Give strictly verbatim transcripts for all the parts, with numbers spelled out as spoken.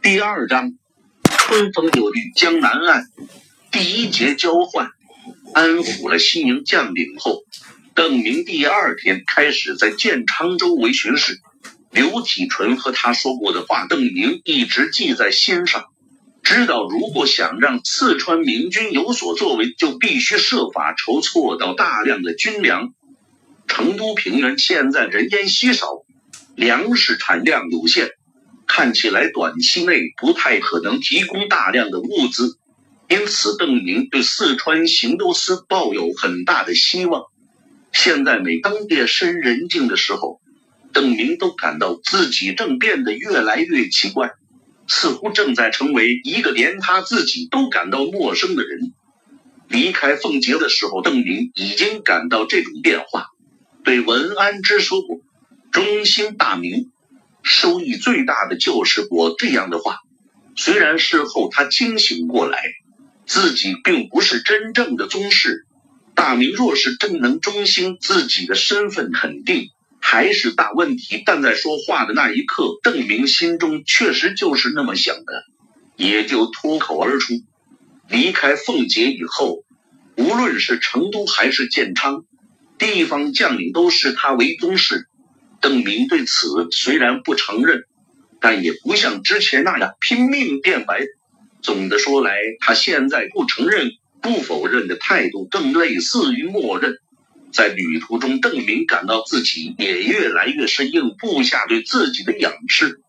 第二章，春风有绿江南岸。第一节交换，安抚了西营将领后，邓明第二天开始在建昌周围巡视。刘体纯和他说过的话，邓明一直记在心上，知道如果想让四川明军有所作为，就必须设法筹措到大量的军粮。成都平原现在人烟稀少，粮食产量有限，看起来短期内不太可能提供大量的物资，因此邓明对四川行都司抱有很大的希望。现在每当夜深人静的时候，邓明都感到自己正变得越来越奇怪，似乎正在成为一个连他自己都感到陌生的人。离开奉节的时候，邓明已经感到这种变化，对文安之说过，中兴大明收益最大的就是我这样的话。虽然事后他清醒过来，自己并不是真正的宗室，大明若是真能中兴，自己的身份肯定还是大问题，但在说话的那一刻，邓明心中确实就是那么想的，也就脱口而出。离开奉节以后，无论是成都还是建昌，地方将领都视他为宗室。邓明对此虽然不承认，但也不像之前那样拼命辩白。总的说来，他现在不承认不否认的态度更类似于默认。在旅途中，邓明感到自己也越来越适应部下对自己的仰视，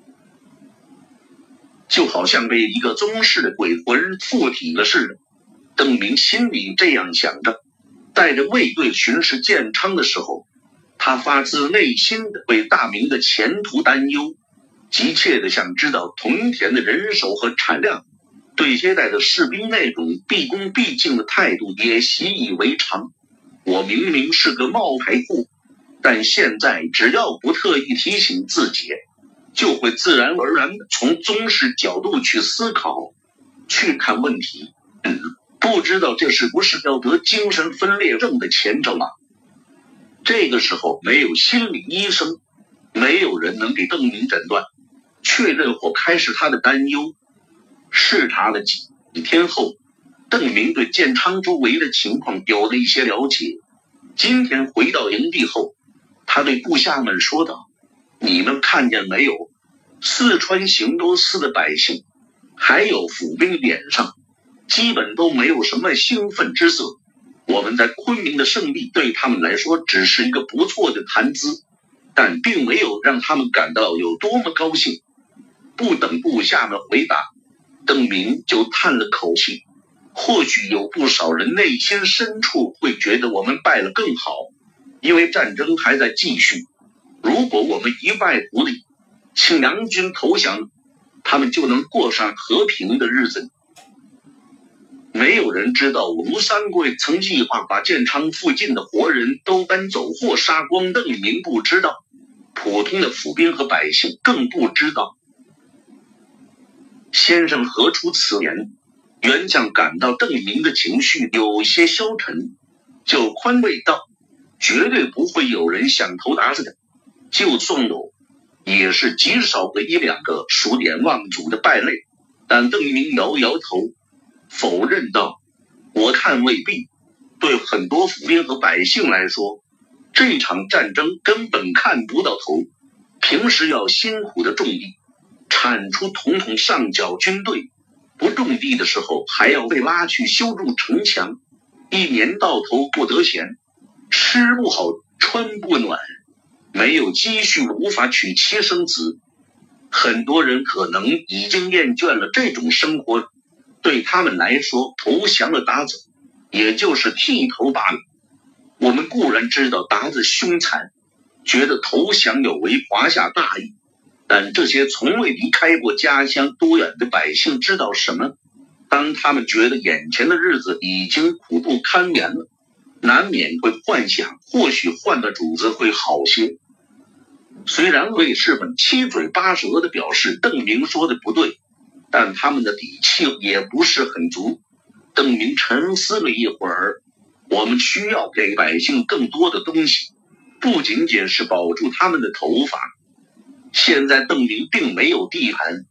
就好像被一个宗室的鬼魂附体了似的。邓明心里这样想着，带着卫队巡视建昌的时候，他发自内心的为大明的前途担忧，急切地想知道屯田的人手和产量，对接待的士兵那种毕恭毕敬的态度也习以为常。我明明是个冒牌户，但现在只要不特意提醒自己，就会自然而然地从宗室角度去思考，去看问题。嗯，不知道这是不是要得精神分裂症的前兆啊？这个时候没有心理医生，没有人能给邓明诊断、确认或开始他的担忧。视察了几天后，邓明对建昌周围的情况有了一些了解。今天回到营地后，他对部下们说道：你们看见没有，四川行都司的百姓还有府兵脸上基本都没有什么兴奋之色。我们在昆明的胜利对他们来说只是一个不错的谈资，但并没有让他们感到有多么高兴。不等部下们回答，邓明就叹了口气，或许有不少人内心深处会觉得我们败了更好，因为战争还在继续。如果我们一败涂地，请梁军投降，他们就能过上和平的日子。没有人知道吴三桂曾计划把建昌附近的活人都搬走或杀光，邓明不知道，普通的府兵和百姓更不知道。先生何出此言？元将感到邓明的情绪有些消沉，就宽慰道：绝对不会有人想投鞑子的，就算有，也是极少的一两个数典忘祖的败类。但邓明摇摇头，否认道：我看未必。对很多府兵和百姓来说，这场战争根本看不到头，平时要辛苦的种地，产出统统上缴军队，不种地的时候还要被拉去修筑城墙，一年到头不得闲，吃不好穿不暖，没有积蓄无法娶妻生子。很多人可能已经厌倦了这种生活，对他们来说，投降了鞑子也就是剃头罢了。我们固然知道鞑子凶残，觉得投降有违华夏大义，但这些从未离开过家乡多远的百姓知道什么？当他们觉得眼前的日子已经苦不堪言了，难免会幻想或许换个主子会好些。虽然卫士们七嘴八舌地表示邓明说的不对，但他们的底气也不是很足。邓明沉思了一会儿，我们需要给百姓更多的东西，不仅仅是保住他们的头发。现在邓明并没有地盘，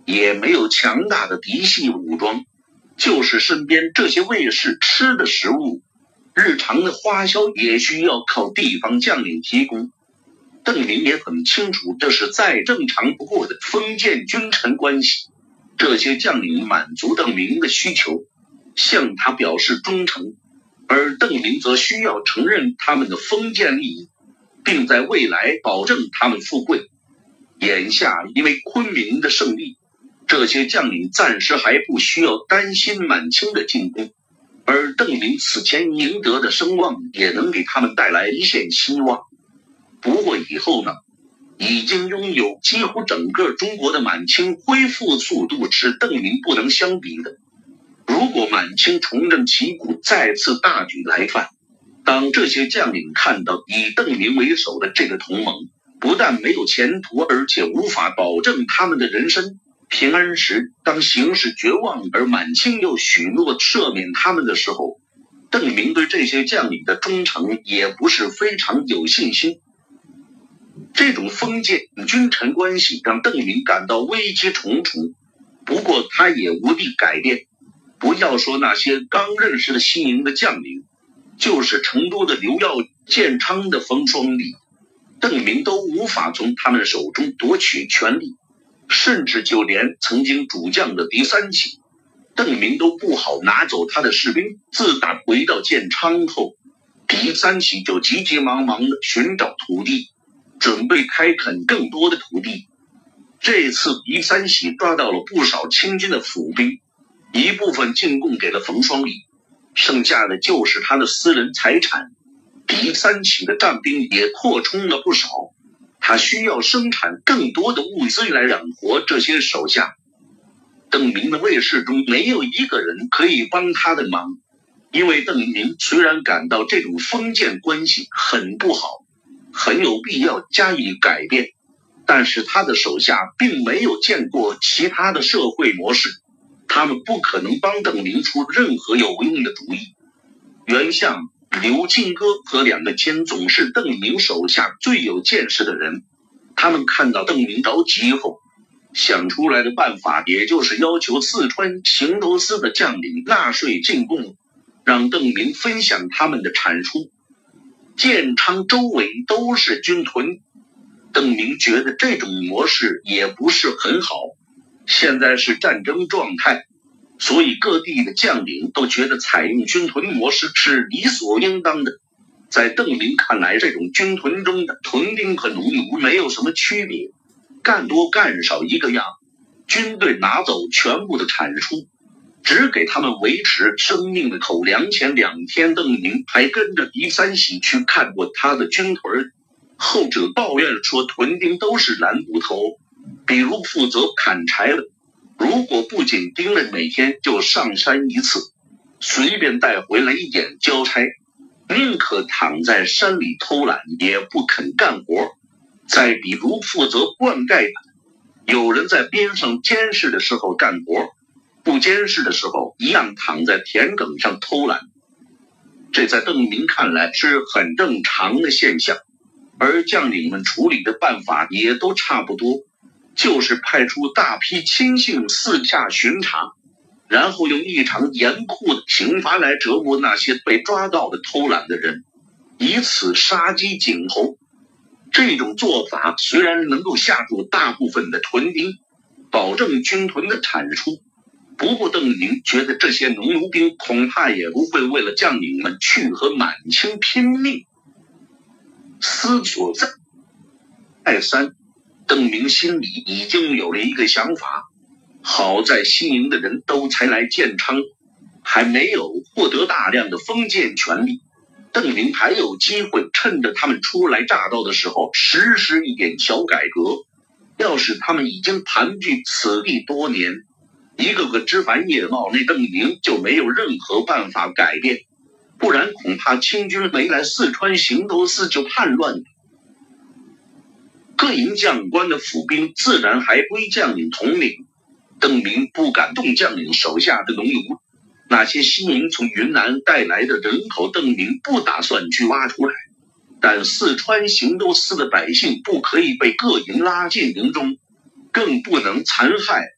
也没有强大的嫡系武装，就是身边这些卫士吃的食物，日常的花销也需要靠地方将领提供。邓明也很清楚，这是再正常不过的封建君臣关系。这些将领满足邓明的需求，向他表示忠诚，而邓明则需要承认他们的封建利益，并在未来保证他们富贵。眼下因为昆明的胜利，这些将领暂时还不需要担心满清的进攻，而邓明此前赢得的声望也能给他们带来一线希望。不过以后呢，已经拥有几乎整个中国的满清恢复速度是邓明不能相比的。如果满清重振旗鼓，再次大举来犯，当这些将领看到以邓明为首的这个同盟不但没有前途，而且无法保证他们的人身平安时，当形势绝望而满清又许诺赦免他们的时候，邓明对这些将领的忠诚也不是非常有信心。这种封建君臣关系让邓明感到危机重重，不过他也无力改变。不要说那些刚认识的西营的将领，就是成都的刘耀、建昌的冯双礼，邓明都无法从他们手中夺取权力，甚至就连曾经主将的狄三起，邓明都不好拿走他的士兵。自打回到建昌后，狄三起就急急忙忙地寻找土地，准备开垦更多的土地。这次狄三喜抓到了不少清军的府兵，一部分进贡给了冯双礼，剩下的就是他的私人财产。狄三喜的战兵也扩充了不少，他需要生产更多的物资来养活这些手下。邓明的卫士中没有一个人可以帮他的忙，因为邓明虽然感到这种封建关系很不好，很有必要加以改变，但是他的手下并没有见过其他的社会模式，他们不可能帮邓明出任何有用的主意。袁相、刘进哥和两个监总是邓明手下最有见识的人，他们看到邓明着急后，想出来的办法也就是要求四川行头司的将领纳税进贡，让邓明分享他们的产出。建昌周围都是军屯，邓明觉得这种模式也不是很好，现在是战争状态，所以各地的将领都觉得采用军屯模式是理所应当的。在邓明看来，这种军屯中的屯兵和农奴没有什么区别，干多干少一个样，军队拿走全部的产出，只给他们维持生命的口粮。前两天邓明还跟着狄三喜去看过他的军屯，后者抱怨说屯丁都是懒骨头，比如负责砍柴的，如果不紧盯了每天就上山一次，随便带回来一点交差，宁可躺在山里偷懒也不肯干活。再比如负责灌溉的，有人在边上监视的时候干活，不监视的时候一样躺在田埂上偷懒。这在邓明看来是很正常的现象，而将领们处理的办法也都差不多，就是派出大批亲信四下巡查，然后用异常严酷的刑罚来折磨那些被抓到的偷懒的人，以此杀鸡儆猴。这种做法虽然能够吓住大部分的屯兵，保证军屯的产出，不过邓明觉得这些农奴兵恐怕也不会为了将领们去和满清拼命。思索再再三，邓明心里已经有了一个想法，好在西营的人都才来建昌，还没有获得大量的封建权力，邓明还有机会趁着他们初来乍到的时候实施一点小改革。要是他们已经盘踞此地多年，一个个枝繁叶茂，那邓明就没有任何办法改变，不然恐怕清军没来四川行头司就叛乱了。各营将官的府兵自然还归将领统领，邓明不敢动将领手下的农奴，那些西营从云南带来的人口邓明不打算去挖出来，但四川行头司的百姓不可以被各营拉进营中，更不能残害，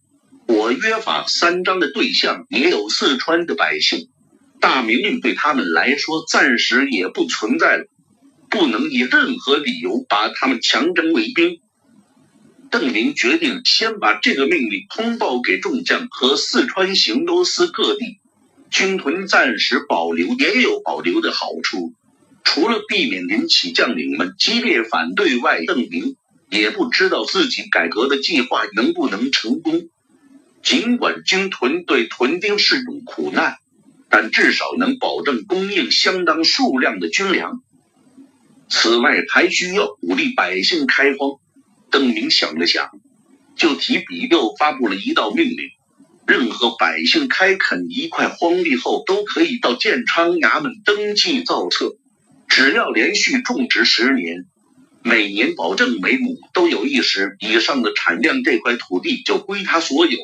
我约法三章的对象也有四川的百姓，大命令对他们来说暂时也不存在了，不能以任何理由把他们强征为兵。邓明决定先把这个命令通报给众将和四川行州司各地，军屯暂时保留也有保留的好处，除了避免引起将领们激烈反对外，邓明也不知道自己改革的计划能不能成功。尽管军屯对屯丁是种苦难，但至少能保证供应相当数量的军粮。此外还需要鼓励百姓开荒。邓明想了想，就提笔又发布了一道命令，任何百姓开垦一块荒地后都可以到建昌衙门登记造册，只要连续种植十年，每年保证每亩都有一石以上的产量，这块土地就归他所有。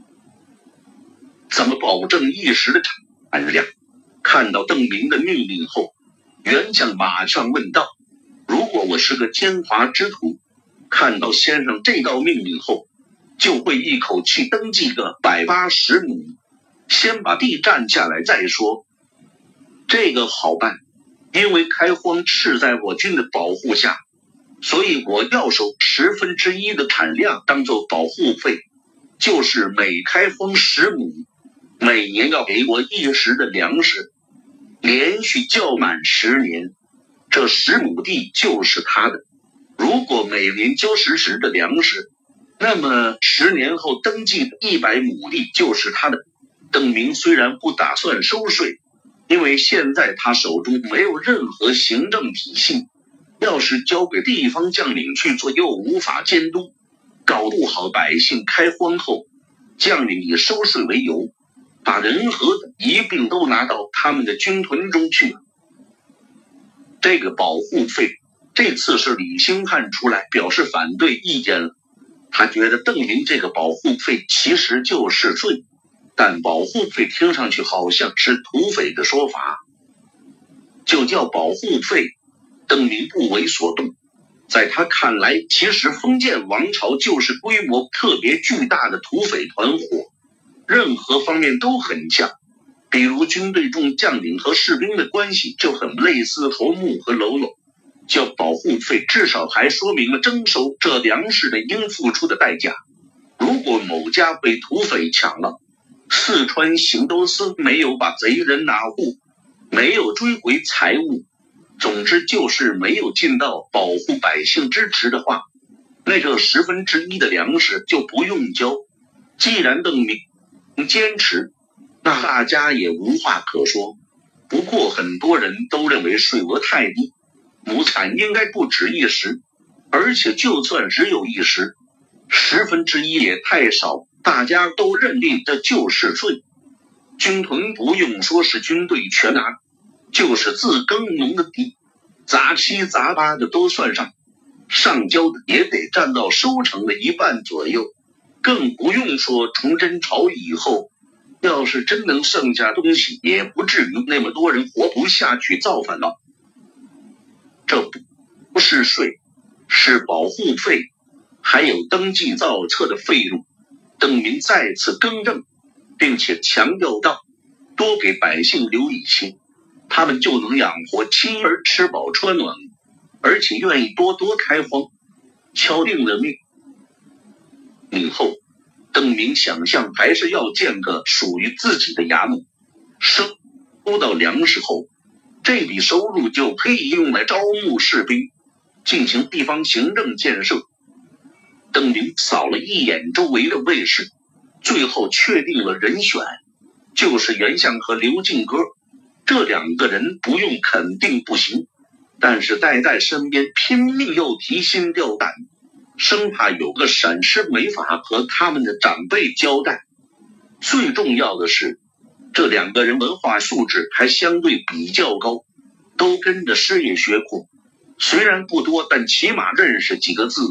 怎么保证一石的产量？看到邓明的命令后，袁将马上问道：如果我是个奸猾之徒，看到先生这道命令后，就会一口气登记个百八十亩，先把地占下来再说。这个好办，因为开荒是在我军的保护下，所以我要收十分之一的产量当做保护费，就是每开荒十亩，每年要给我一石的粮食，连续较满十年，这十亩地就是他的。如果每年交十石的粮食，那么十年后登记的一百亩地就是他的。邓明虽然不打算收税，因为现在他手中没有任何行政体系，要是交给地方将领去做又无法监督，搞不好百姓开荒后，将领以收税为由，把人和一并都拿到他们的军屯中去。这个保护费这次是李兴汉出来表示反对意见了，他觉得邓明这个保护费其实就是税，但保护费听上去好像是土匪的说法，就叫保护费。邓明不为所动，在他看来，其实封建王朝就是规模特别巨大的土匪团伙，任何方面都很像，比如军队中将领和士兵的关系就很类似头目和喽啰。叫保护费至少还说明了征收这粮食的应付出的代价。如果某家被土匪抢了，四川行州司没有把贼人拿户，没有追回财物，总之就是没有尽到保护百姓之职的话，那这十分之一的粮食就不用交。既然邓明坚持，那大家也无话可说。不过很多人都认为税额太低，亩产应该不止一石，而且就算只有一石，十分之一也太少，大家都认定这就是税。军屯不用说是军队全拿，就是自耕农的地，杂七杂八的都算上，上交的也得占到收成的一半左右，更不用说崇祯朝以后，要是真能剩下东西，也不至于那么多人活不下去造反了。这不是税，是保护费，还有登记造册的费用。邓明再次更正，并且强调道：多给百姓留一些，他们就能养活妻儿，吃饱穿暖，而且愿意多多开荒。敲定了命令后，邓明想象还是要建个属于自己的衙门，收到粮食后，这笔收入就可以用来招募士兵，进行地方行政建设。邓明扫了一眼周围的卫士，最后确定了人选，就是袁相和刘进歌。这两个人不用肯定不行，但是带在身边拼命又提心吊胆，生怕有个闪失没法和他们的长辈交代。最重要的是，这两个人文化素质还相对比较高，都跟着师爷学过，虽然不多，但起码认识几个字。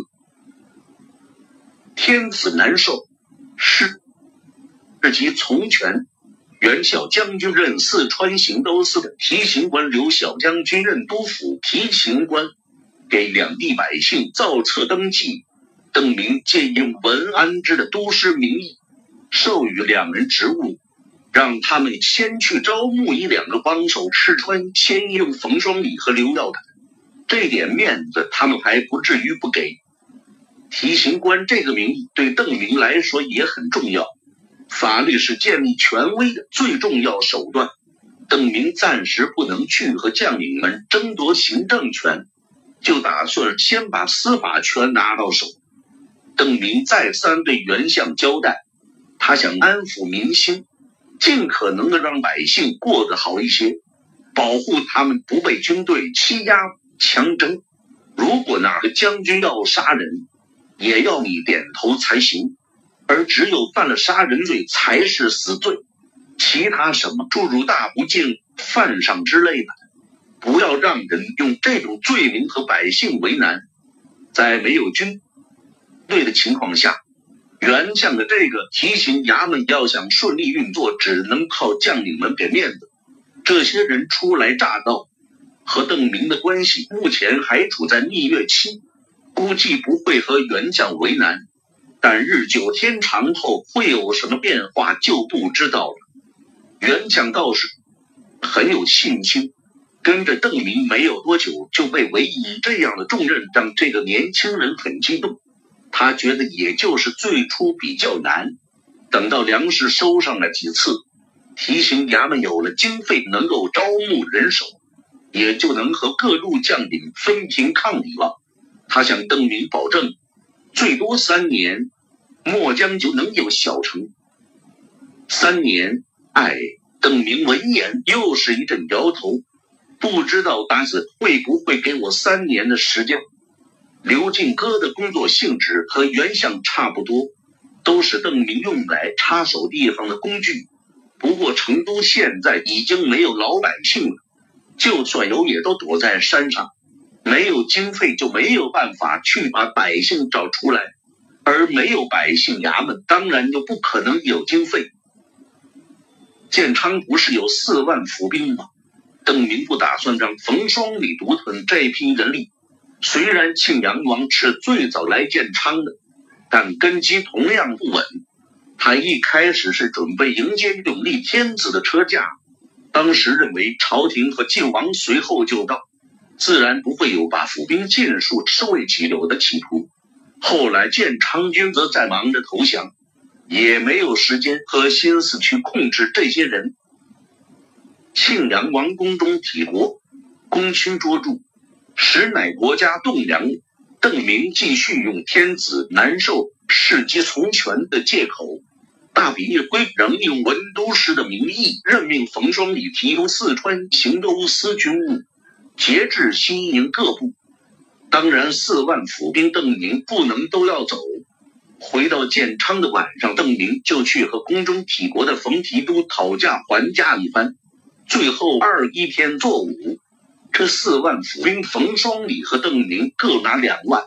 天子难受，是日及从权。袁绍将军任四川行州司的提刑官，刘小将军任督府提刑官，给两地百姓造册登记。邓明借用文安之的都师名义， 授予两人职务，让他们先去招募一两个帮手吃穿，先用冯双礼和刘耀凯，这点面子他们还不至于不给。提刑官这个名义对邓明来说也很重要，法律是建立权威的最重要手段。邓明暂时不能去和将领们争夺行政权，就打算先把司法权拿到手。邓明再三对袁相交代，他想安抚民心，尽可能的让百姓过得好一些，保护他们不被军队欺压强征。如果哪个将军要杀人，也要你点头才行，而只有犯了杀人罪才是死罪，其他什么诸如大不敬、犯上之类的，不要让人用这种罪名和百姓为难。在没有军队的情况下，袁相的这个提刑衙门要想顺利运作，只能靠将领们给面子。这些人初来乍到，和邓明的关系目前还处在蜜月期，估计不会和袁相为难，但日久天长后会有什么变化就不知道了。袁相倒是很有信心，跟着邓明没有多久就被委以这样的重任，让这个年轻人很激动。他觉得也就是最初比较难，等到粮食收上来几次，提刑衙门有了经费，能够招募人手，也就能和各路将领分庭抗礼了。他向邓明保证，最多三年，末将就能有小成。三年，哎，邓明闻言又是一阵摇头，不知道达子会不会给我三年的时间。刘进哥的工作性质和袁相差不多，都是邓明用来插手地方的工具。不过成都现在已经没有老百姓了，就算有也都躲在山上，没有经费就没有办法去把百姓找出来，而没有百姓，衙门当然就不可能有经费。建昌不是有四万府兵吗？邓明不打算让冯双礼独吞这批人力。虽然庆阳王是最早来建昌的，但根基同样不稳。他一开始是准备迎接永历天子的车驾，当时认为朝廷和晋王随后就到，自然不会有把府兵尽数收为己有的企图。后来建昌军则在忙着投降，也没有时间和心思去控制这些人。庆阳王宫中体国，功勋卓著，实乃国家栋梁。邓明继续用天子难受、世机从权的借口，大笔一挥，仍用文都师的名义任命冯双礼提督四川行州司军务，节制西营各部。当然四万府兵邓明不能都要走。回到建昌的晚上，邓明就去和宫中体国的冯提督讨价还价一番，最后二一天作五，这四万府兵冯双礼和邓明各拿两万。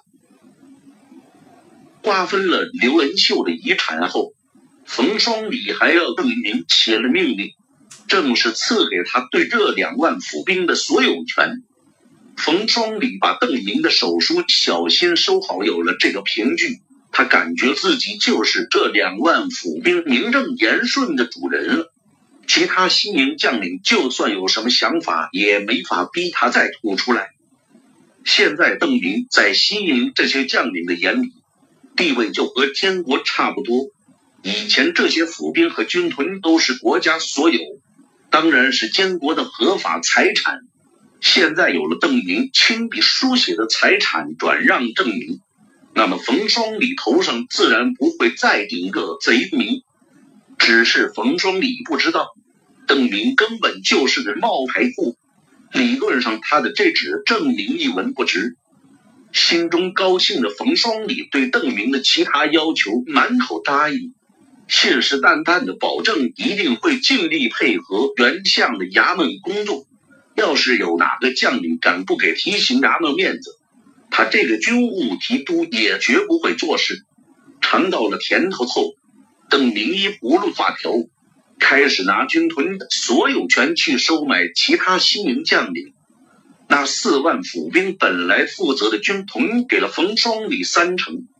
瓜分了刘恩秀的遗产后，冯双礼还要邓明写了命令，正是赐给他对这两万府兵的所有权。冯双礼把邓明的手书小心收好，有了这个凭据，他感觉自己就是这两万府兵名正言顺的主人了。其他西营将领就算有什么想法，也没法逼他再吐出来。现在邓明在西营这些将领的眼里，地位就和天国差不多。以前这些府兵和军屯都是国家所有，当然是监国的合法财产。现在有了邓明亲笔书写的财产转让证明，那么冯双礼头上自然不会再顶个贼名。只是冯双礼不知道，邓明根本就是个冒牌货，理论上他的这纸证明一文不值。心中高兴的冯双礼对邓明的其他要求满口答应，信誓旦旦的保证一定会尽力配合袁相的衙门工作。要是有哪个将领敢不给提刑衙门面子，他这个军务提督也绝不会做事。尝到了甜头后，邓明依葫芦画瓢，开始拿军屯的所有权去收买其他西营将领。那四万府兵本来负责的军屯给了冯双礼三成，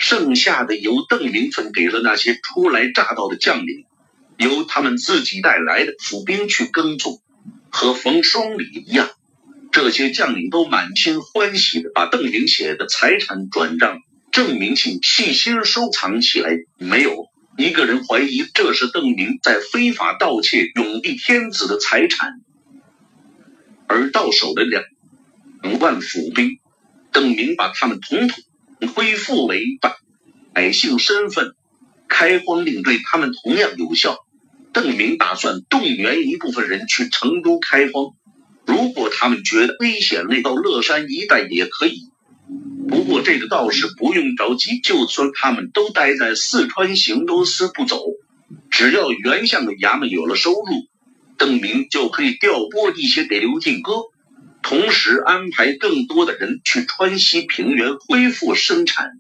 剩下的由邓明分给了那些初来乍到的将领，由他们自己带来的府兵去耕种。和冯双礼一样，这些将领都满心欢喜地把邓明写的财产转让郑明庆细心收藏起来，没有一个人怀疑这是邓明在非法盗窃永帝天子的财产。而到手的两万府兵，邓明把他们统统恢复为百姓身份，开荒令对他们同样有效。邓明打算动员一部分人去成都开荒，如果他们觉得危险，内到乐山一带也可以。不过这个倒是不用着急，就算他们都待在四川行州司不走，只要原相的衙门有了收入，邓明就可以调拨一些给刘进哥，同时安排更多的人去川西平原恢复生产。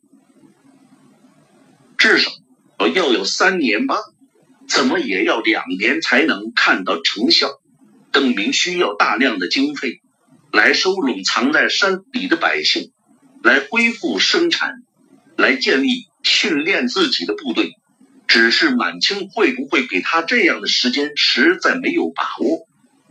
至少要有三年吧，怎么也要两年才能看到成效。邓明需要大量的经费来收拢藏在山里的百姓，来恢复生产，来建立训练自己的部队。只是满清会不会给他这样的时间，实在没有把握。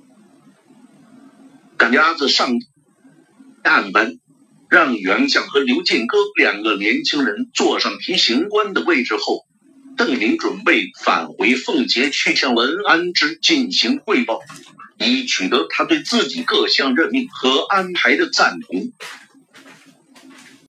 赶鸭子上案班，让袁相和刘进哥两个年轻人坐上提刑官的位置后，邓明准备返回奉节去向文安之进行汇报，以取得他对自己各项任命和安排的赞同。